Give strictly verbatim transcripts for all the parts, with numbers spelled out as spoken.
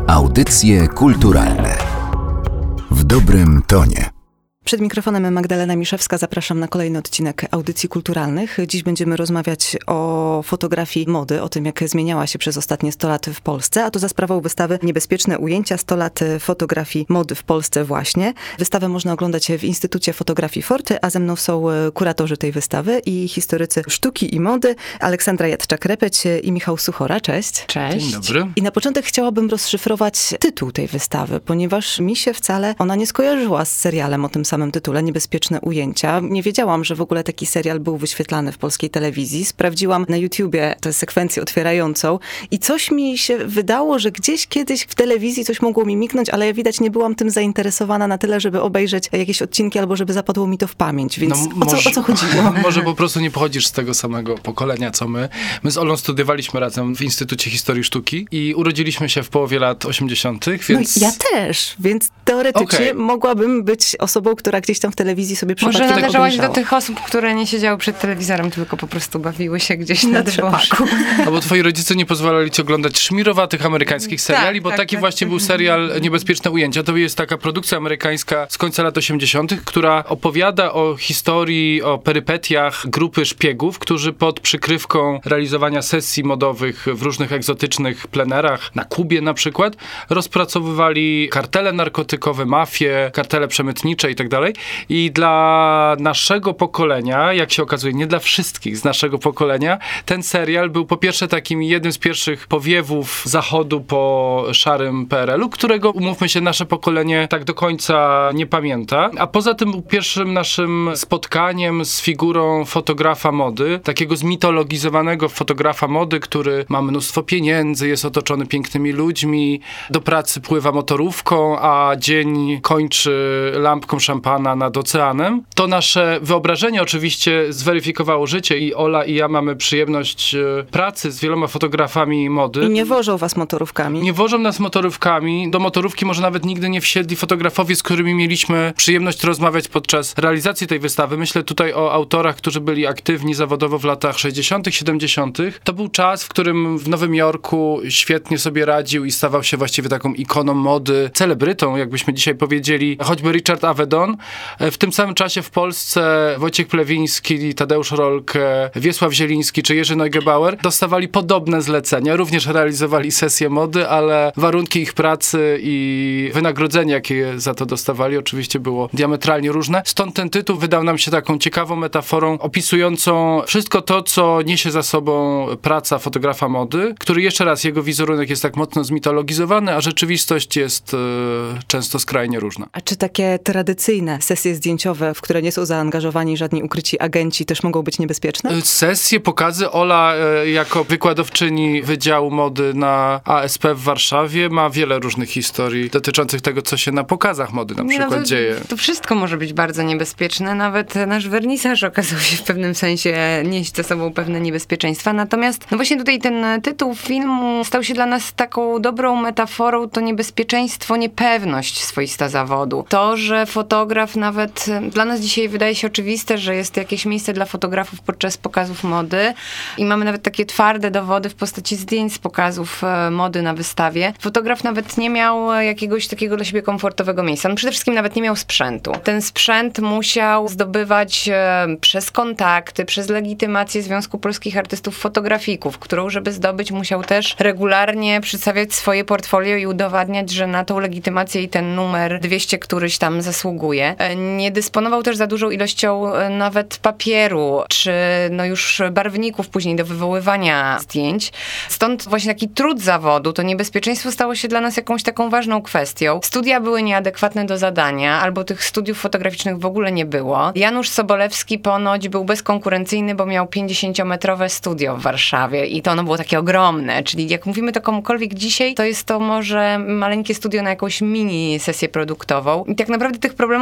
Audycje kulturalne w dobrym tonie. Przed mikrofonem Magdalena Miszewska, zapraszam na kolejny odcinek Audycji Kulturalnych. Dziś będziemy rozmawiać o fotografii mody, o tym, jak zmieniała się przez ostatnie sto lat w Polsce, a to za sprawą wystawy Niebezpieczne ujęcia, sto lat fotografii mody w Polsce właśnie. Wystawę można oglądać w Instytucie Fotografii Forty, a ze mną są kuratorzy tej wystawy i historycy sztuki i mody, Aleksandra Jadczak-Repeć i Michał Suchora. Cześć. Cześć. Dzień dobry. I na początek chciałabym rozszyfrować tytuł tej wystawy, ponieważ mi się wcale ona nie skojarzyła z serialem o tym samym tytule, Niebezpieczne ujęcia. Nie wiedziałam, że w ogóle taki serial był wyświetlany w polskiej telewizji. Sprawdziłam na YouTubie tę sekwencję otwierającą i coś mi się wydało, że gdzieś kiedyś w telewizji coś mogło mi mignąć, ale ja widać nie byłam tym zainteresowana na tyle, żeby obejrzeć jakieś odcinki albo żeby zapadło mi to w pamięć. Więc no, o, co, może, o co chodziło? Może po prostu nie pochodzisz z tego samego pokolenia, co my. My z Olą studiowaliśmy razem w Instytucie Historii Sztuki i urodziliśmy się w połowie lat osiemdziesiątych, więc... No ja też, więc teoretycznie okay. mogłabym być osobą, która gdzieś tam w telewizji sobie przypadkiem Może należałaś obejrzała. do tych osób, które nie siedziały przed telewizorem, tylko po prostu bawiły się gdzieś na, na dworzu. No bo twoi rodzice nie pozwalali ci oglądać szmirowatych amerykańskich seriali, tak, bo tak, taki tak, właśnie tak. był serial Niebezpieczne ujęcia. To jest taka produkcja amerykańska z końca lat osiemdziesiątych, która opowiada o historii, o perypetiach grupy szpiegów, którzy pod przykrywką realizowania sesji modowych w różnych egzotycznych plenerach, na Kubie na przykład, rozpracowywali kartele narkotykowe, mafie, kartele przemytnicze i tak dalej. I dla naszego pokolenia, jak się okazuje, nie dla wszystkich z naszego pokolenia, ten serial był po pierwsze takim jednym z pierwszych powiewów zachodu po szarym P R L-u, którego, umówmy się, nasze pokolenie tak do końca nie pamięta. A poza tym był pierwszym naszym spotkaniem z figurą fotografa mody, takiego zmitologizowanego fotografa mody, który ma mnóstwo pieniędzy, jest otoczony pięknymi ludźmi, do pracy pływa motorówką, a dzień kończy lampką szampana nad oceanem. To nasze wyobrażenie oczywiście zweryfikowało życie i Ola i ja mamy przyjemność pracy z wieloma fotografami mody. I nie wożą was motorówkami. Nie wożą nas motorówkami. Do motorówki może nawet nigdy nie wsiedli fotografowie, z którymi mieliśmy przyjemność rozmawiać podczas realizacji tej wystawy. Myślę tutaj o autorach, którzy byli aktywni zawodowo w latach sześćdziesiątych, siedemdziesiątych. To był czas, w którym w Nowym Jorku świetnie sobie radził i stawał się właściwie taką ikoną mody, celebrytą, jakbyśmy dzisiaj powiedzieli, choćby Richard Avedon. W tym samym czasie w Polsce Wojciech Plewiński, Tadeusz Rolke, Wiesław Zieliński czy Jerzy Neugebauer dostawali podobne zlecenia. Również realizowali sesje mody, ale warunki ich pracy i wynagrodzenie, jakie za to dostawali, oczywiście było diametralnie różne. Stąd ten tytuł wydał nam się taką ciekawą metaforą opisującą wszystko to, co niesie za sobą praca fotografa mody, który jeszcze raz, jego wizerunek jest tak mocno zmitologizowany, a rzeczywistość jest e, często skrajnie różna. A czy takie tradycyjne sesje zdjęciowe, w które nie są zaangażowani żadni ukryci agenci, też mogą być niebezpieczne? Sesje, pokazy. Ola e, jako wykładowczyni Wydziału Mody na A S P w Warszawie ma wiele różnych historii dotyczących tego, co się na pokazach mody na przykład no, to, dzieje. To wszystko może być bardzo niebezpieczne. Nawet nasz wernisaż okazał się w pewnym sensie nieść ze sobą pewne niebezpieczeństwa. Natomiast no właśnie tutaj ten tytuł filmu stał się dla nas taką dobrą metaforą, to niebezpieczeństwo, niepewność swoista zawodu. To, że fotograf nawet, dla nas dzisiaj wydaje się oczywiste, że jest jakieś miejsce dla fotografów podczas pokazów mody i mamy nawet takie twarde dowody w postaci zdjęć z pokazów e, mody na wystawie. Fotograf nawet nie miał jakiegoś takiego dla siebie komfortowego miejsca. On przede wszystkim nawet nie miał sprzętu. Ten sprzęt musiał zdobywać e, przez kontakty, przez legitymację Związku Polskich Artystów Fotografików, którą, żeby zdobyć, musiał też regularnie przedstawiać swoje portfolio i udowadniać, że na tą legitymację i ten numer dwieście któryś tam zasługuje. Nie dysponował też za dużą ilością nawet papieru, czy no już barwników później do wywoływania zdjęć. Stąd właśnie taki trud zawodu, to niebezpieczeństwo stało się dla nas jakąś taką ważną kwestią. Studia były nieadekwatne do zadania, albo tych studiów fotograficznych w ogóle nie było. Janusz Sobolewski ponoć był bezkonkurencyjny, bo miał pięćdziesięciometrowe studio w Warszawie i to ono było takie ogromne, czyli jak mówimy to komukolwiek dzisiaj, to jest to może maleńkie studio na jakąś mini sesję produktową. I tak naprawdę tych problemów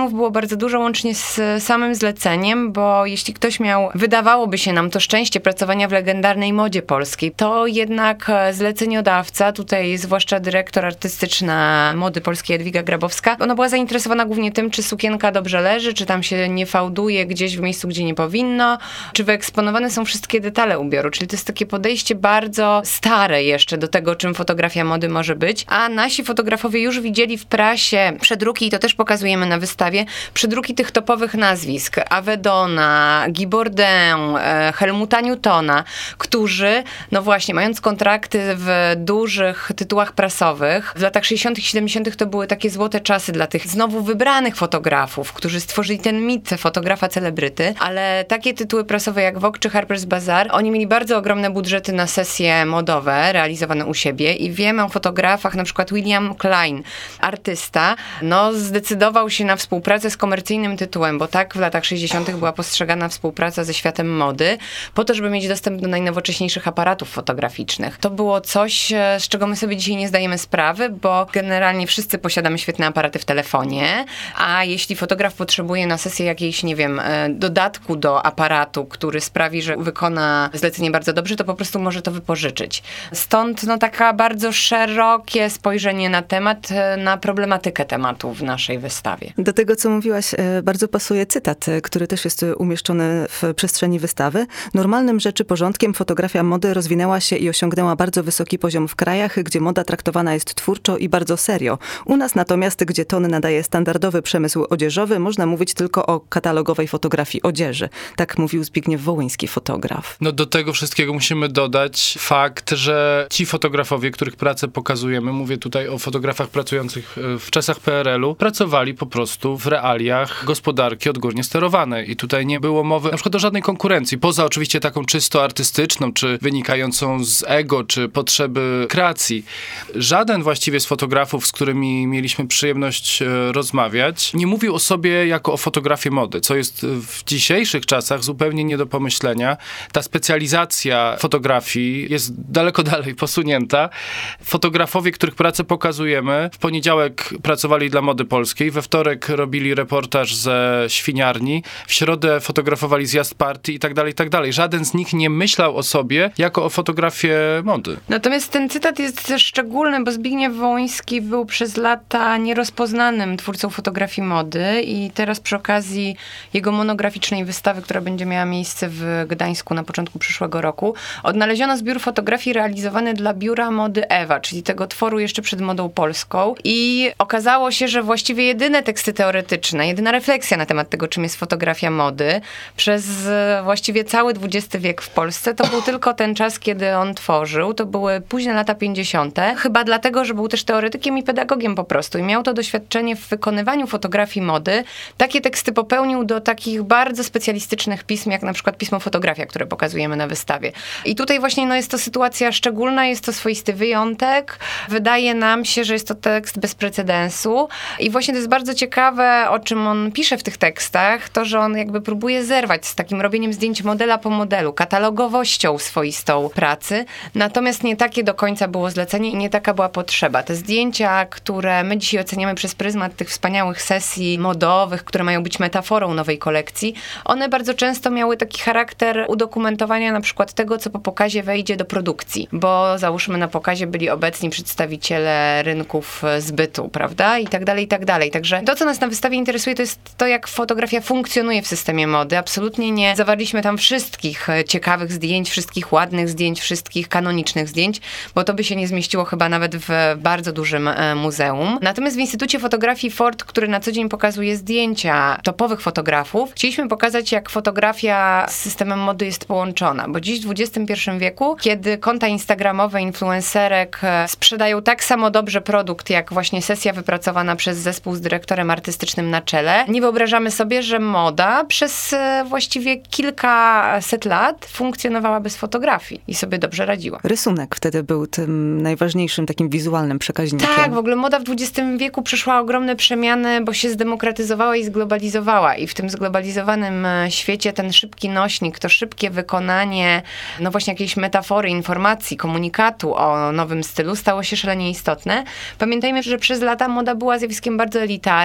problemów było bardzo dużo, łącznie z samym zleceniem, bo jeśli ktoś miał, wydawałoby się nam to szczęście pracowania w legendarnej modzie polskiej, to jednak zleceniodawca, tutaj zwłaszcza dyrektor artystyczna mody polskiej Jadwiga Grabowska, ona była zainteresowana głównie tym, czy sukienka dobrze leży, czy tam się nie fałduje gdzieś w miejscu, gdzie nie powinno, czy wyeksponowane są wszystkie detale ubioru, czyli to jest takie podejście bardzo stare jeszcze do tego, czym fotografia mody może być, a nasi fotografowie już widzieli w prasie przedruki, i to też pokazujemy na wystawie, przedruki tych topowych nazwisk, Avedona, Guy Bourdin, Helmuta Newtona, którzy, no właśnie, mając kontrakty w dużych tytułach prasowych, w latach sześćdziesiątych i siedemdziesiątych to były takie złote czasy dla tych znowu wybranych fotografów, którzy stworzyli ten mit fotografa celebryty, ale takie tytuły prasowe jak Vogue czy Harper's Bazaar, oni mieli bardzo ogromne budżety na sesje modowe realizowane u siebie i wiemy o fotografach, na przykład William Klein, artysta, no zdecydował się na współpracę z komercyjnym tytułem, bo tak w latach sześćdziesiątych była postrzegana współpraca ze światem mody, po to, żeby mieć dostęp do najnowocześniejszych aparatów fotograficznych. To było coś, z czego my sobie dzisiaj nie zdajemy sprawy, bo generalnie wszyscy posiadamy świetne aparaty w telefonie, a jeśli fotograf potrzebuje na sesję jakiejś, nie wiem, dodatku do aparatu, który sprawi, że wykona zlecenie bardzo dobrze, to po prostu może to wypożyczyć. Stąd no taka bardzo szerokie spojrzenie na temat, na problematykę tematu w naszej wystawie. Do tego, co mówiłaś, bardzo pasuje cytat, który też jest umieszczony w przestrzeni wystawy. Normalnym rzeczy porządkiem fotografia mody rozwinęła się i osiągnęła bardzo wysoki poziom w krajach, gdzie moda traktowana jest twórczo i bardzo serio. U nas natomiast, gdzie ton nadaje standardowy przemysł odzieżowy, można mówić tylko o katalogowej fotografii odzieży. Tak mówił Zbigniew Wołyński, fotograf. No do tego wszystkiego musimy dodać fakt, że ci fotografowie, których pracę pokazujemy, mówię tutaj o fotografach pracujących w czasach P R L u, pracowali po prostu w realiach gospodarki odgórnie sterowanej i tutaj nie było mowy na przykład o żadnej konkurencji, poza oczywiście taką czysto artystyczną, czy wynikającą z ego, czy potrzeby kreacji. Żaden właściwie z fotografów, z którymi mieliśmy przyjemność e, rozmawiać, nie mówił o sobie jako o fotografii mody, co jest w dzisiejszych czasach zupełnie nie do pomyślenia. Ta specjalizacja fotografii jest daleko dalej posunięta. Fotografowie, których pracę pokazujemy, w poniedziałek pracowali dla Mody Polskiej, we wtorek robili reportaż ze świniarni, w środę fotografowali zjazd partii i tak dalej, i tak dalej. Żaden z nich nie myślał o sobie jako o fotografię mody. Natomiast ten cytat jest też szczególny, bo Zbigniew Wołyński był przez lata nierozpoznanym twórcą fotografii mody i teraz przy okazji jego monograficznej wystawy, która będzie miała miejsce w Gdańsku na początku przyszłego roku, odnaleziono zbiór fotografii realizowany dla biura mody Ewa, czyli tego tworu jeszcze przed modą polską, i okazało się, że właściwie jedyne teksty teoretyczne, jedyna refleksja na temat tego, czym jest fotografia mody przez właściwie cały dwudziesty wiek w Polsce, to był tylko ten czas, kiedy on tworzył. To były późne lata pięćdziesiąte. Chyba dlatego, że był też teoretykiem i pedagogiem po prostu i miał to doświadczenie w wykonywaniu fotografii mody. Takie teksty popełnił do takich bardzo specjalistycznych pism, jak na przykład pismo Fotografia, które pokazujemy na wystawie. I tutaj właśnie no, jest to sytuacja szczególna, jest to swoisty wyjątek. Wydaje nam się, że jest to tekst bez precedensu i właśnie to jest bardzo ciekawe, o czym on pisze w tych tekstach, to, że on jakby próbuje zerwać z takim robieniem zdjęć modela po modelu, katalogowością swoistą pracy, natomiast nie takie do końca było zlecenie i nie taka była potrzeba. Te zdjęcia, które my dzisiaj oceniamy przez pryzmat tych wspaniałych sesji modowych, które mają być metaforą nowej kolekcji, one bardzo często miały taki charakter udokumentowania na przykład tego, co po pokazie wejdzie do produkcji, bo załóżmy na pokazie byli obecni przedstawiciele rynków zbytu, prawda? I tak dalej, i tak dalej. Także to, co nas na wystawie interesuje, to jest to, jak fotografia funkcjonuje w systemie mody. Absolutnie nie zawarliśmy tam wszystkich ciekawych zdjęć, wszystkich ładnych zdjęć, wszystkich kanonicznych zdjęć, bo to by się nie zmieściło chyba nawet w bardzo dużym muzeum. Natomiast w Instytucie Fotografii Ford, który na co dzień pokazuje zdjęcia topowych fotografów, chcieliśmy pokazać, jak fotografia z systemem mody jest połączona, bo dziś w dwudziestym pierwszym wieku, kiedy konta instagramowe influencerek sprzedają tak samo dobrze produkt, jak właśnie sesja wypracowana przez zespół z dyrektorem artystycznym na czele, nie wyobrażamy sobie, że moda przez właściwie kilkaset lat funkcjonowała bez fotografii i sobie dobrze radziła. Rysunek wtedy był tym najważniejszym takim wizualnym przekaźnikiem. Tak, w ogóle moda w dwudziestym wieku przeszła ogromne przemiany, bo się zdemokratyzowała i zglobalizowała i w tym zglobalizowanym świecie ten szybki nośnik, to szybkie wykonanie, no właśnie jakiejś metafory, informacji, komunikatu o nowym stylu stało się szalenie istotne. Pamiętajmy, że przez lata moda była zjawiskiem bardzo elitarnym,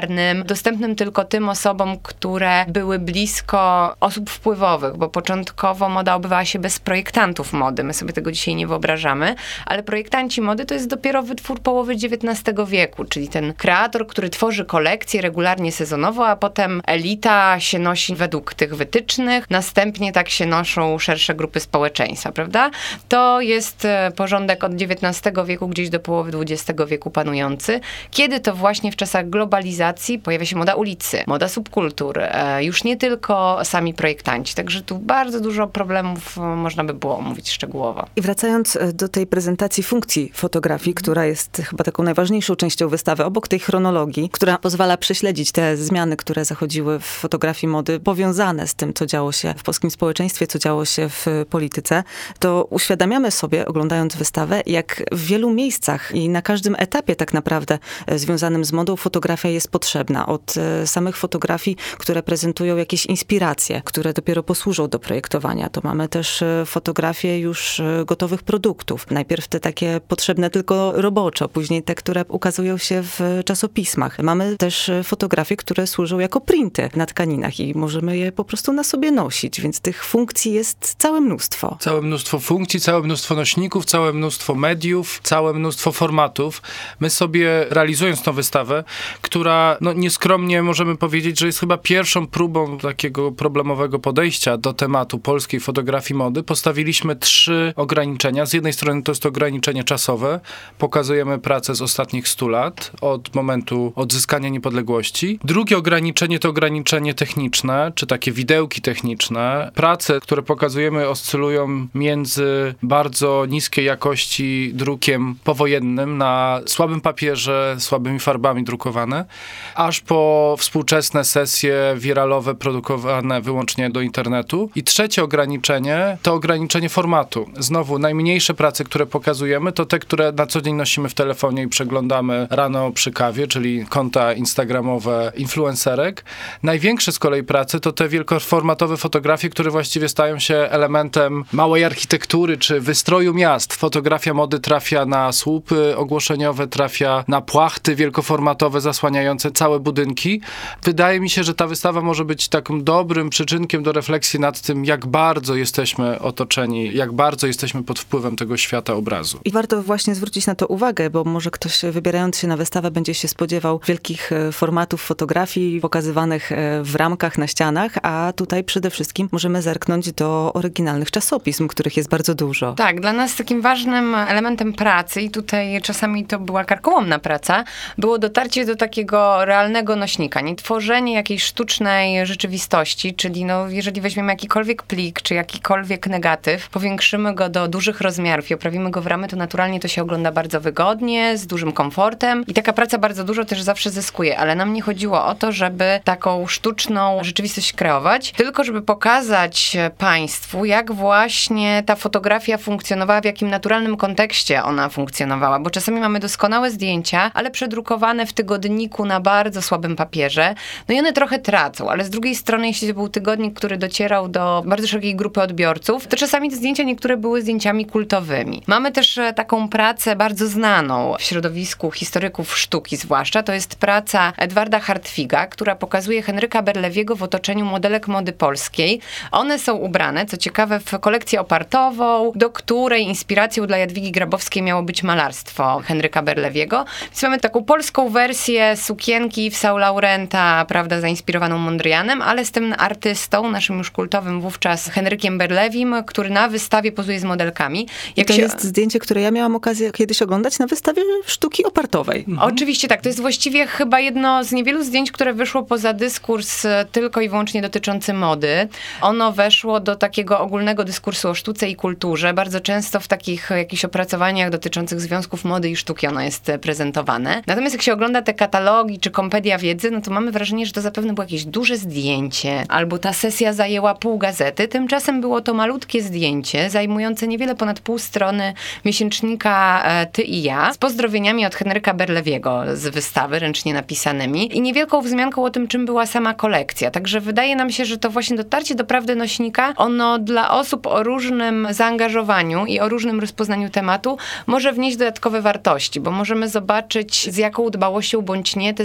dostępnym tylko tym osobom, które były blisko osób wpływowych, bo początkowo moda odbywała się bez projektantów mody. My sobie tego dzisiaj nie wyobrażamy, ale projektanci mody to jest dopiero wytwór połowy dziewiętnastego wieku, czyli ten kreator, który tworzy kolekcje regularnie sezonowo, a potem elita się nosi według tych wytycznych, następnie tak się noszą szersze grupy społeczeństwa, prawda? To jest porządek od dziewiętnastego wieku gdzieś do połowy dwudziestego wieku panujący, kiedy to właśnie w czasach globalizacji pojawia się moda ulicy, moda subkultur, e, już nie tylko sami projektanci, także tu bardzo dużo problemów można by było omówić szczegółowo. I wracając do tej prezentacji funkcji fotografii, która jest chyba taką najważniejszą częścią wystawy, obok tej chronologii, która pozwala prześledzić te zmiany, które zachodziły w fotografii mody, powiązane z tym, co działo się w polskim społeczeństwie, co działo się w polityce, to uświadamiamy sobie, oglądając wystawę, jak w wielu miejscach i na każdym etapie tak naprawdę związanym z modą fotografia jest potrzebna. Od samych fotografii, które prezentują jakieś inspiracje, które dopiero posłużą do projektowania. To mamy też fotografie już gotowych produktów. Najpierw te takie potrzebne tylko roboczo, później te, które ukazują się w czasopismach. Mamy też fotografie, które służą jako printy na tkaninach i możemy je po prostu na sobie nosić, więc tych funkcji jest całe mnóstwo. Całe mnóstwo funkcji, całe mnóstwo nośników, całe mnóstwo mediów, całe mnóstwo formatów. My sobie, realizując tą wystawę, która, no nieskromnie możemy powiedzieć, że jest chyba pierwszą próbą takiego problemowego podejścia do tematu polskiej fotografii mody, postawiliśmy trzy ograniczenia. Z jednej strony to jest to ograniczenie czasowe. Pokazujemy pracę z ostatnich stu lat, od momentu odzyskania niepodległości. Drugie ograniczenie to ograniczenie techniczne, czy takie widełki techniczne. Prace, które pokazujemy, oscylują między bardzo niskiej jakości drukiem powojennym na słabym papierze, słabymi farbami drukowane, aż po współczesne sesje wiralowe produkowane wyłącznie do internetu. I trzecie ograniczenie to ograniczenie formatu. Znowu, najmniejsze prace, które pokazujemy, to te, które na co dzień nosimy w telefonie i przeglądamy rano przy kawie, czyli konta instagramowe influencerek. Największe z kolei prace to te wielkoformatowe fotografie, które właściwie stają się elementem małej architektury czy wystroju miast. Fotografia mody trafia na słupy ogłoszeniowe, trafia na płachty wielkoformatowe zasłaniające całe budynki. Wydaje mi się, że ta wystawa może być takim dobrym przyczynkiem do refleksji nad tym, jak bardzo jesteśmy otoczeni, jak bardzo jesteśmy pod wpływem tego świata obrazu. I warto właśnie zwrócić na to uwagę, bo może ktoś wybierając się na wystawę będzie się spodziewał wielkich formatów fotografii pokazywanych w ramkach na ścianach, a tutaj przede wszystkim możemy zerknąć do oryginalnych czasopism, których jest bardzo dużo. Tak, dla nas takim ważnym elementem pracy, i tutaj czasami to była karkołomna praca, było dotarcie do takiego realnego nośnika, nie tworzenie jakiejś sztucznej rzeczywistości, czyli no, jeżeli weźmiemy jakikolwiek plik, czy jakikolwiek negatyw, powiększymy go do dużych rozmiarów i oprawimy go w ramy, to naturalnie to się ogląda bardzo wygodnie, z dużym komfortem i taka praca bardzo dużo też zawsze zyskuje, ale nam nie chodziło o to, żeby taką sztuczną rzeczywistość kreować, tylko żeby pokazać państwu, jak właśnie ta fotografia funkcjonowała, w jakim naturalnym kontekście ona funkcjonowała, bo czasami mamy doskonałe zdjęcia, ale przedrukowane w tygodniku na bardzo słabym papierze, no i one trochę tracą, ale z drugiej strony, jeśli to był tygodnik, który docierał do bardzo szerokiej grupy odbiorców, to czasami te zdjęcia niektóre były zdjęciami kultowymi. Mamy też taką pracę bardzo znaną w środowisku historyków sztuki zwłaszcza, to jest praca Edwarda Hartwiga, która pokazuje Henryka Berlewiego w otoczeniu modelek mody polskiej. One są ubrane, co ciekawe, w kolekcję opartową, do której inspiracją dla Jadwigi Grabowskiej miało być malarstwo Henryka Berlewiego. Więc mamy taką polską wersję sukienki w Saint Laurenta, prawda, zainspirowaną Mondrianem, ale z tym artystą, naszym już kultowym wówczas Henrykiem Berlewim, który na wystawie pozuje z modelkami. Jak to się... jest zdjęcie, które ja miałam okazję kiedyś oglądać na wystawie sztuki opartowej. Mhm. Oczywiście tak, to jest właściwie chyba jedno z niewielu zdjęć, które wyszło poza dyskurs tylko i wyłącznie dotyczący mody. Ono weszło do takiego ogólnego dyskursu o sztuce i kulturze. Bardzo często w takich jakichś opracowaniach dotyczących związków mody i sztuki ono jest prezentowane. Natomiast jak się ogląda te katalogi czy kompedia wiedzy, no to mamy wrażenie, że to zapewne było jakieś duże zdjęcie, albo ta sesja zajęła pół gazety. Tymczasem było to malutkie zdjęcie, zajmujące niewiele ponad pół strony miesięcznika Ty i ja, z pozdrowieniami od Henryka Berlewiego z wystawy, ręcznie napisanymi i niewielką wzmianką o tym, czym była sama kolekcja. Także wydaje nam się, że to właśnie dotarcie do prawdy nośnika, ono dla osób o różnym zaangażowaniu i o różnym rozpoznaniu tematu może wnieść dodatkowe wartości, bo możemy zobaczyć, z jaką dbałością bądź nie te zdjęcia były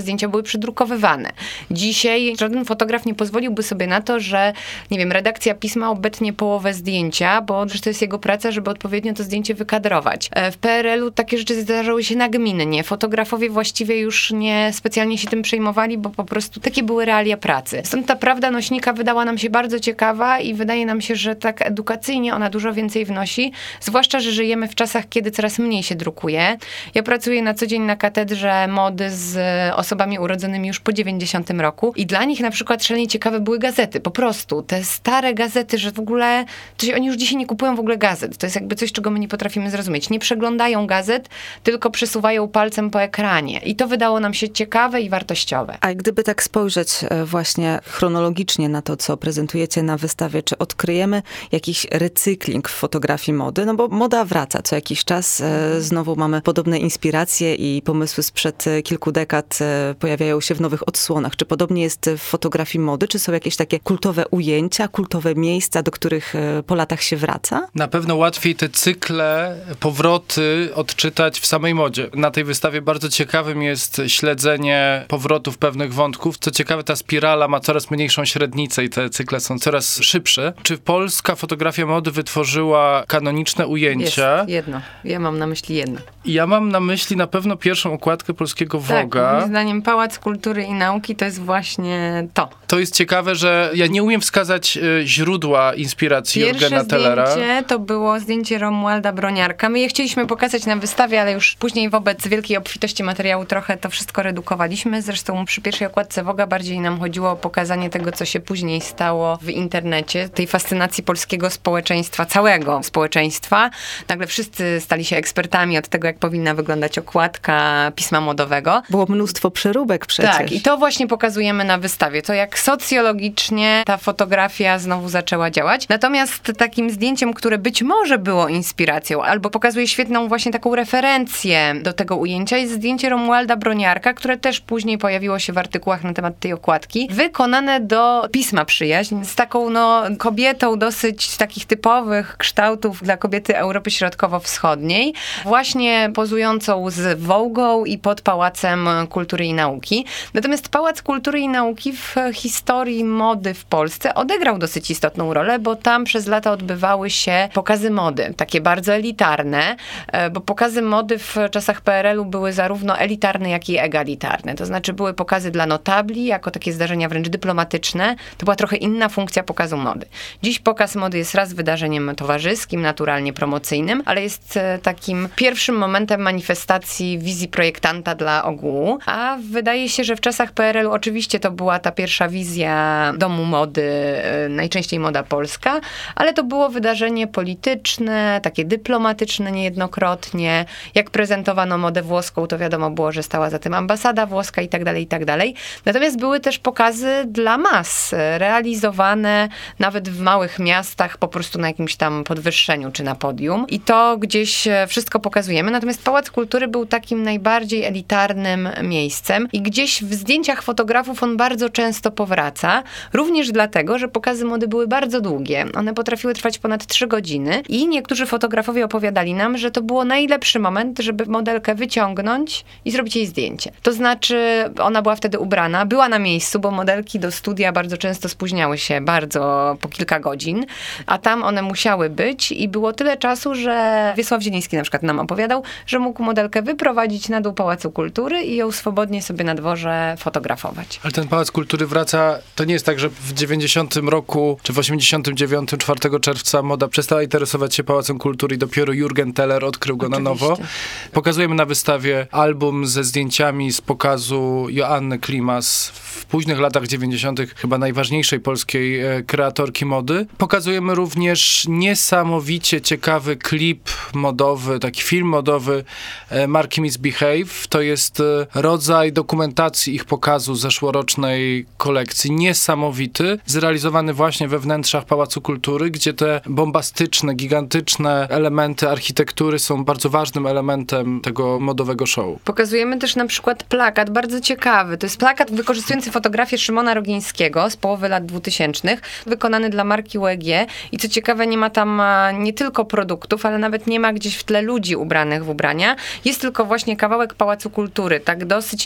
przedrukowywane. Dzisiaj żaden fotograf nie pozwoliłby sobie na to, że, nie wiem, redakcja pisma obetnie połowę zdjęcia, bo to jest jego praca, żeby odpowiednio to zdjęcie wykadrować. W P R L u takie rzeczy zdarzały się nagminnie. Fotografowie właściwie już nie specjalnie się tym przejmowali, bo po prostu takie były realia pracy. Stąd ta prawda nośnika wydała nam się bardzo ciekawa i wydaje nam się, że tak edukacyjnie ona dużo więcej wnosi, zwłaszcza, że żyjemy w czasach, kiedy coraz mniej się drukuje. Ja pracuję na co dzień na katedrze mody z osobami urodzonymi już po dziewięćdziesiątym roku i dla nich na przykład szalenie ciekawe były gazety, po prostu. Te stare gazety, że w ogóle, to się, oni już dzisiaj nie kupują w ogóle gazet. To jest jakby coś, czego my nie potrafimy zrozumieć. Nie przeglądają gazet, tylko przesuwają palcem po ekranie. I to wydało nam się ciekawe i wartościowe. A gdyby tak spojrzeć właśnie chronologicznie na to, co prezentujecie na wystawie, czy odkryjemy jakiś recykling w fotografii mody? No bo moda wraca co jakiś czas. Znowu mamy podobne inspiracje i pomysły sprzed kilku dekad pojawiają się w nowych odsłonach. Czy podobnie jest w fotografii mody? Czy są jakieś takie kultowe ujęcia, kultowe miejsca, do których po latach się wraca? Na pewno łatwiej te cykle, powroty odczytać w samej modzie. Na tej wystawie bardzo ciekawym jest śledzenie powrotów pewnych wątków. Co ciekawe, ta spirala ma coraz mniejszą średnicę i te cykle są coraz szybsze. Czy polska fotografia mody wytworzyła kanoniczne ujęcia? Jest jedno. Ja mam na myśli jedno. Ja mam na myśli na pewno pierwszą okładkę polskiego Vogue'a. Tak, moim zdaniem Pałac Kultury i Nauki to jest właśnie to. To jest ciekawe, że ja nie umiem wskazać y, źródła inspiracji Jurgena Tellera. Pierwsze zdjęcie to było zdjęcie Romualda Broniarka. My je chcieliśmy pokazać na wystawie, ale już później wobec wielkiej obfitości materiału trochę to wszystko redukowaliśmy. Zresztą przy pierwszej okładce Vogue'a bardziej nam chodziło o pokazanie tego, co się później stało w internecie, tej fascynacji polskiego społeczeństwa, całego społeczeństwa. Nagle wszyscy stali się ekspertami od tego, jak powinna wyglądać okładka pisma modowego. Było mnóstwo przeróbek przecież. Tak, i to właśnie pokazujemy na wystawie. To jak socjologicznie ta fotografia znowu zaczęła działać. Natomiast takim zdjęciem, które być może było inspiracją, albo pokazuje świetną właśnie taką referencję do tego ujęcia, jest zdjęcie Romualda Broniarka, które też później pojawiło się w artykułach na temat tej okładki, wykonane do pisma Przyjaźń, z taką no kobietą dosyć takich typowych kształtów dla kobiety Europy Środkowo-Wschodniej, właśnie pozującą z Vogue'ą i pod Pałacem Kultury i Nauki. Natomiast Pałac Kultury i Nauki w historii mody w Polsce odegrał dosyć istotną rolę, bo tam przez lata odbywały się pokazy mody, takie bardzo elitarne, bo pokazy mody w czasach P R L u były zarówno elitarne, jak i egalitarne. To znaczy były pokazy dla notabli, jako takie zdarzenia wręcz dyplomatyczne. To była trochę inna funkcja pokazu mody. Dziś pokaz mody jest raz wydarzeniem towarzyskim, naturalnie promocyjnym, ale jest takim pierwszym momentem manifestacji wizji projektanta dla ogółu, a wydaje się, że w czasach P R L u oczywiście to była ta pierwsza wizja domu mody, najczęściej moda polska, ale to było wydarzenie polityczne, takie dyplomatyczne niejednokrotnie. Jak prezentowano modę włoską, to wiadomo było, że stała za tym ambasada włoska i tak dalej, i tak dalej. Natomiast były też pokazy dla mas, realizowane nawet w małych miastach, po prostu na jakimś tam podwyższeniu czy na podium. I to gdzieś wszystko pokazujemy. Natomiast Pałac Kultury był takim najbardziej elitarnym miejscem i gdzieś w zdjęciach fotografów on bardzo często powraca. Również dlatego, że pokazy mody były bardzo długie. One potrafiły trwać ponad trzy godziny i niektórzy fotografowie opowiadali nam, że to było najlepszy moment, żeby modelkę wyciągnąć i zrobić jej zdjęcie. To znaczy, ona była wtedy ubrana, była na miejscu, bo modelki do studia bardzo często spóźniały się bardzo po kilka godzin, a tam one musiały być i było tyle czasu, że Wiesław Zieliński na przykład nam opowiadał, że mógł modelkę wyprowadzić na dół Pałacu Kultury i ją swobodnie sobie na dworze fotografować. Ale ten Pałac Kultury wraca, to nie jest tak, że w dziewięćdziesiątym roku, czy w osiemdziesiątym dziewiątym, czwartego czerwca moda przestała interesować się Pałacem Kultury i dopiero Jurgen Teller odkrył go Oczywiście. na nowo. Pokazujemy na wystawie album ze zdjęciami z pokazu Joanny Klimas w późnych latach dziewięćdziesiątych, chyba najważniejszej polskiej e, kreatorki mody. Pokazujemy również niesamowicie ciekawy klip modowy, taki film modowy e, marki Misbehave. To jest e, rodzaj dokumentacji ich pokazu zeszłorocznej kolekcji. Niesamowity, zrealizowany właśnie we wnętrzach Pałacu Kultury, gdzie te bombastyczne, gigantyczne elementy architektury są bardzo ważnym elementem tego modowego show. Pokazujemy też na przykład plakat, bardzo ciekawy. To jest plakat wykorzystujący fotografię Szymona Rogińskiego z połowy lat dwutysięcznych, wykonany dla marki U E G. I co ciekawe, nie ma tam nie tylko produktów, ale nawet nie ma gdzieś w tle ludzi ubranych w ubrania. Jest tylko właśnie kawałek Pałacu Kultury, tak dosyć nietypowo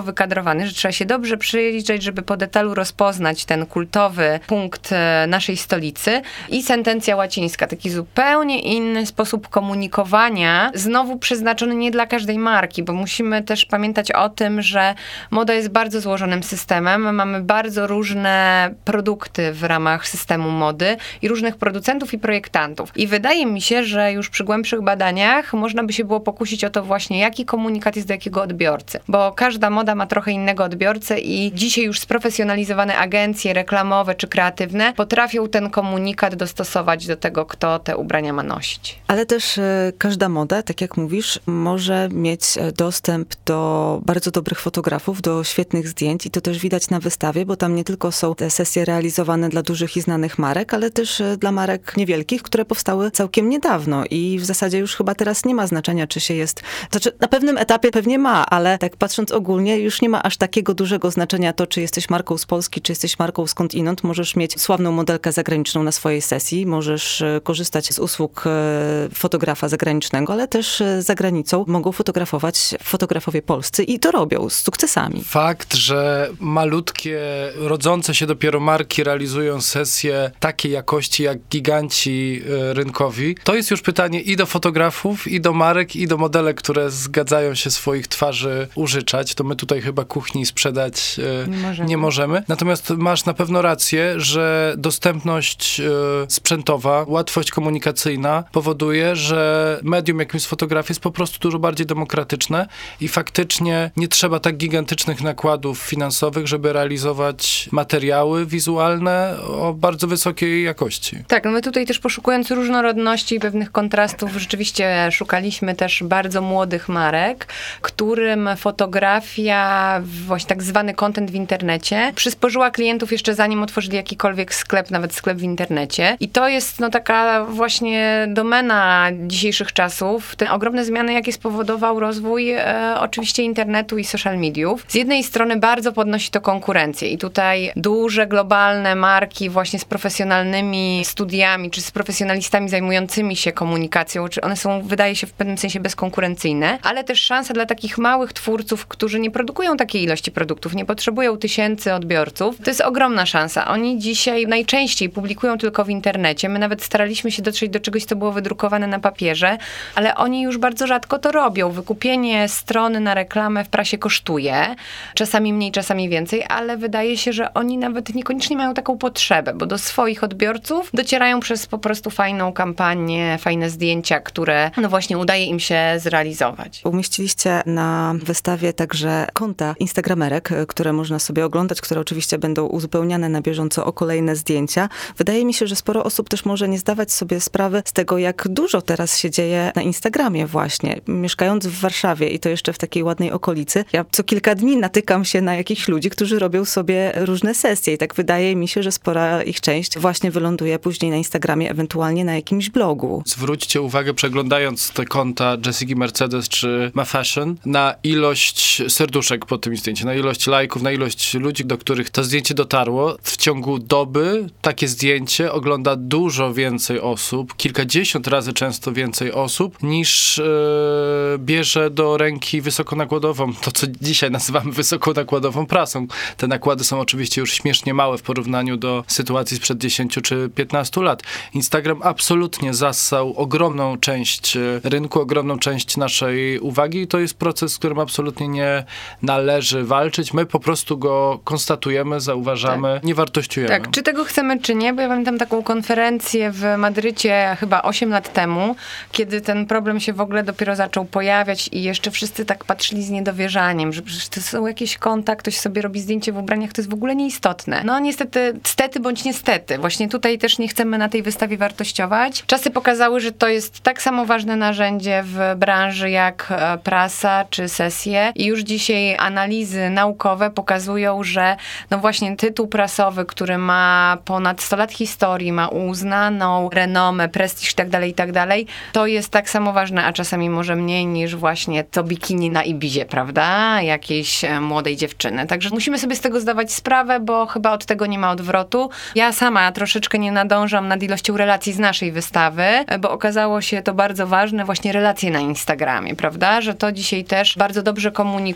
wykadrowany, że trzeba się dobrze przyjrzeć, żeby po detalu rozpoznać ten kultowy punkt naszej stolicy i sentencja łacińska, taki zupełnie inny sposób komunikowania, znowu przeznaczony nie dla każdej marki, bo musimy też pamiętać o tym, że moda jest bardzo złożonym systemem, mamy bardzo różne produkty w ramach systemu mody i różnych producentów i projektantów. I wydaje mi się, że już przy głębszych badaniach można by się było pokusić o to właśnie, jaki komunikat jest do jakiego odbiorcy, bo każda moda ma trochę innego odbiorcę i dzisiaj już sprofesjonalizowane agencje reklamowe czy kreatywne potrafią ten komunikat dostosować do tego, kto te ubrania ma nosić. Ale też e, każda moda, tak jak mówisz, może mieć dostęp do bardzo dobrych fotografów, do świetnych zdjęć i to też widać na wystawie, bo tam nie tylko są te sesje realizowane dla dużych i znanych marek, ale też e, dla marek niewielkich, które powstały całkiem niedawno i w zasadzie już chyba teraz nie ma znaczenia, czy się jest... Znaczy, na pewnym etapie pewnie ma, ale tak patrząc ogólnie, już nie ma aż takiego dużego znaczenia to, czy jesteś marką z Polski, czy jesteś marką skądinąd. Możesz mieć sławną modelkę zagraniczną na swojej sesji, możesz korzystać z usług fotografa zagranicznego, ale też za granicą mogą fotografować fotografowie polscy i to robią z sukcesami. Fakt, że malutkie, rodzące się dopiero marki realizują sesje takiej jakości jak giganci rynkowi, to jest już pytanie i do fotografów, i do marek, i do modelek, które zgadzają się swoich twarzy użyczać. To my tutaj chyba kuchni sprzedać nie możemy. nie możemy. Natomiast masz na pewno rację, że dostępność sprzętowa, łatwość komunikacyjna powoduje, że medium, jakim jest fotografia, jest po prostu dużo bardziej demokratyczne i faktycznie nie trzeba tak gigantycznych nakładów finansowych, żeby realizować materiały wizualne o bardzo wysokiej jakości. Tak, no my tutaj też poszukując różnorodności i pewnych kontrastów, rzeczywiście szukaliśmy też bardzo młodych marek, którym fotografia, właśnie tak zwany content w internecie, przysporzyła klientów jeszcze zanim otworzyli jakikolwiek sklep, nawet sklep w internecie. I to jest no taka właśnie domena dzisiejszych czasów. Te ogromne zmiany, jakie spowodował rozwój e, oczywiście internetu i social mediów. Z jednej strony bardzo podnosi to konkurencję i tutaj duże, globalne marki właśnie z profesjonalnymi studiami, czy z profesjonalistami zajmującymi się komunikacją, czy one są, wydaje się, w pewnym sensie bezkonkurencyjne, ale też szansa dla takich małych twórców, którzy nie produkują takiej ilości produktów, nie potrzebują tysięcy odbiorców. To jest ogromna szansa. Oni dzisiaj najczęściej publikują tylko w internecie. My nawet staraliśmy się dotrzeć do czegoś, co było wydrukowane na papierze, ale oni już bardzo rzadko to robią. Wykupienie strony na reklamę w prasie kosztuje. Czasami mniej, czasami więcej, ale wydaje się, że oni nawet niekoniecznie mają taką potrzebę, bo do swoich odbiorców docierają przez po prostu fajną kampanię, fajne zdjęcia, które no właśnie udaje im się zrealizować. Umieściliście na wystawie także konta instagramerek, które można sobie oglądać, które oczywiście będą uzupełniane na bieżąco o kolejne zdjęcia. Wydaje mi się, że sporo osób też może nie zdawać sobie sprawy z tego, jak dużo teraz się dzieje na Instagramie właśnie. Mieszkając w Warszawie i to jeszcze w takiej ładnej okolicy, ja co kilka dni natykam się na jakichś ludzi, którzy robią sobie różne sesje i tak wydaje mi się, że spora ich część właśnie wyląduje później na Instagramie, ewentualnie na jakimś blogu. Zwróćcie uwagę, przeglądając te konta Jessiki Mercedes czy Ma Fashion, na ilość serduszek po tym zdjęciu, na ilość lajków, na ilość ludzi, do których to zdjęcie dotarło. W ciągu doby takie zdjęcie ogląda dużo więcej osób, kilkadziesiąt razy często więcej osób, niż yy, bierze do ręki wysokonakładową, to co dzisiaj nazywamy wysokonakładową prasą. Te nakłady są oczywiście już śmiesznie małe w porównaniu do sytuacji sprzed dziesięciu czy piętnastu lat. Instagram absolutnie zassał ogromną część rynku, ogromną część naszej uwagi i to jest proces, z którym absolutnie nie należy walczyć. My po prostu go konstatujemy, zauważamy, tak. Nie wartościujemy. Tak, czy tego chcemy, czy nie, bo ja pamiętam taką konferencję w Madrycie chyba osiem lat temu, kiedy ten problem się w ogóle dopiero zaczął pojawiać i jeszcze wszyscy tak patrzyli z niedowierzaniem, że przecież to są jakieś konta, ktoś sobie robi zdjęcie w ubraniach, to jest w ogóle nieistotne. No niestety, stety bądź niestety. Właśnie tutaj też nie chcemy na tej wystawie wartościować. Czasy pokazały, że to jest tak samo ważne narzędzie w branży jak prasa czy sesje i już dzisiaj analizy naukowe pokazują, że no właśnie tytuł prasowy, który ma ponad sto lat historii, ma uznaną renomę, prestiż i tak dalej, i tak dalej, to jest tak samo ważne, a czasami może mniej niż właśnie to bikini na Ibizie, prawda? Jakiejś młodej dziewczyny. Także musimy sobie z tego zdawać sprawę, bo chyba od tego nie ma odwrotu. Ja sama troszeczkę nie nadążam nad ilością relacji z naszej wystawy, bo okazało się to bardzo ważne, właśnie relacje na Instagramie, prawda? Że to dzisiaj też bardzo dobrze komunikuje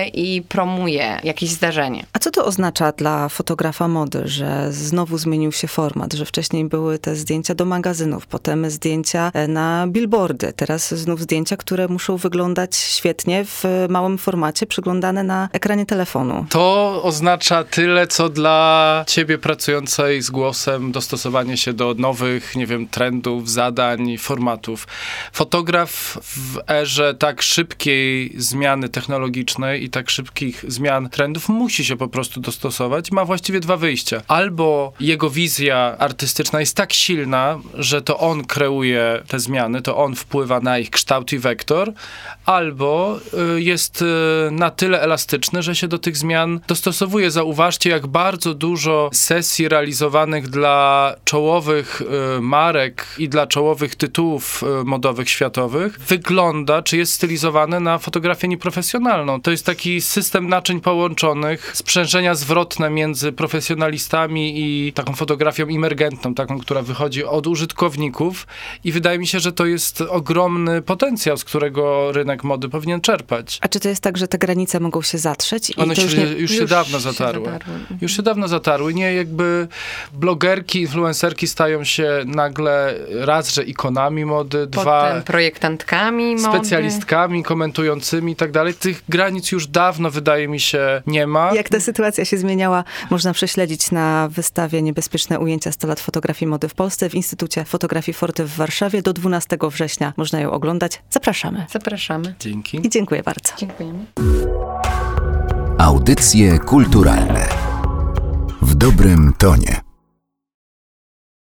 i promuje jakieś zdarzenie. A co to oznacza dla fotografa mody, że znowu zmienił się format, że wcześniej były te zdjęcia do magazynów, potem zdjęcia na billboardy, teraz znów zdjęcia, które muszą wyglądać świetnie w małym formacie, przyglądane na ekranie telefonu? To oznacza tyle, co dla ciebie pracującej z głosem dostosowanie się do nowych, nie wiem, trendów, zadań, formatów. Fotograf w erze tak szybkiej zmiany technologicznej i tak szybkich zmian trendów musi się po prostu dostosować. Ma właściwie dwa wyjścia. Albo jego wizja artystyczna jest tak silna, że to on kreuje te zmiany, to on wpływa na ich kształt i wektor, albo y, jest y, na tyle elastyczny, że się do tych zmian dostosowuje. Zauważcie, jak bardzo dużo sesji realizowanych dla czołowych y, marek i dla czołowych tytułów y, modowych światowych wygląda, czy jest stylizowane na fotografię nieprofesjonalną. To jest taki system naczyń połączonych, sprzężenia zwrotne między profesjonalistami i taką fotografią emergentną, taką, która wychodzi od użytkowników i wydaje mi się, że to jest ogromny potencjał, z którego rynek mody powinien czerpać. A czy to jest tak, że te granice mogą się zatrzeć? I One to się, już, nie... już się już dawno się zatarły. zatarły. Już się dawno zatarły. Nie, jakby blogerki, influencerki stają się nagle raz, że ikonami mody, Potem dwa projektantkami mody. specjalistkami, komentującymi i tak dalej. Tych granic już dawno, wydaje mi się, nie ma. Jak ta sytuacja się zmieniała, można prześledzić na wystawie Niebezpieczne ujęcia sto lat fotografii mody w Polsce w Instytucie Fotografii Forty w Warszawie. Do dwunastego września można ją oglądać. Zapraszamy. Zapraszamy. Dzięki. I dziękuję bardzo. Dziękujemy. Audycje kulturalne w dobrym tonie.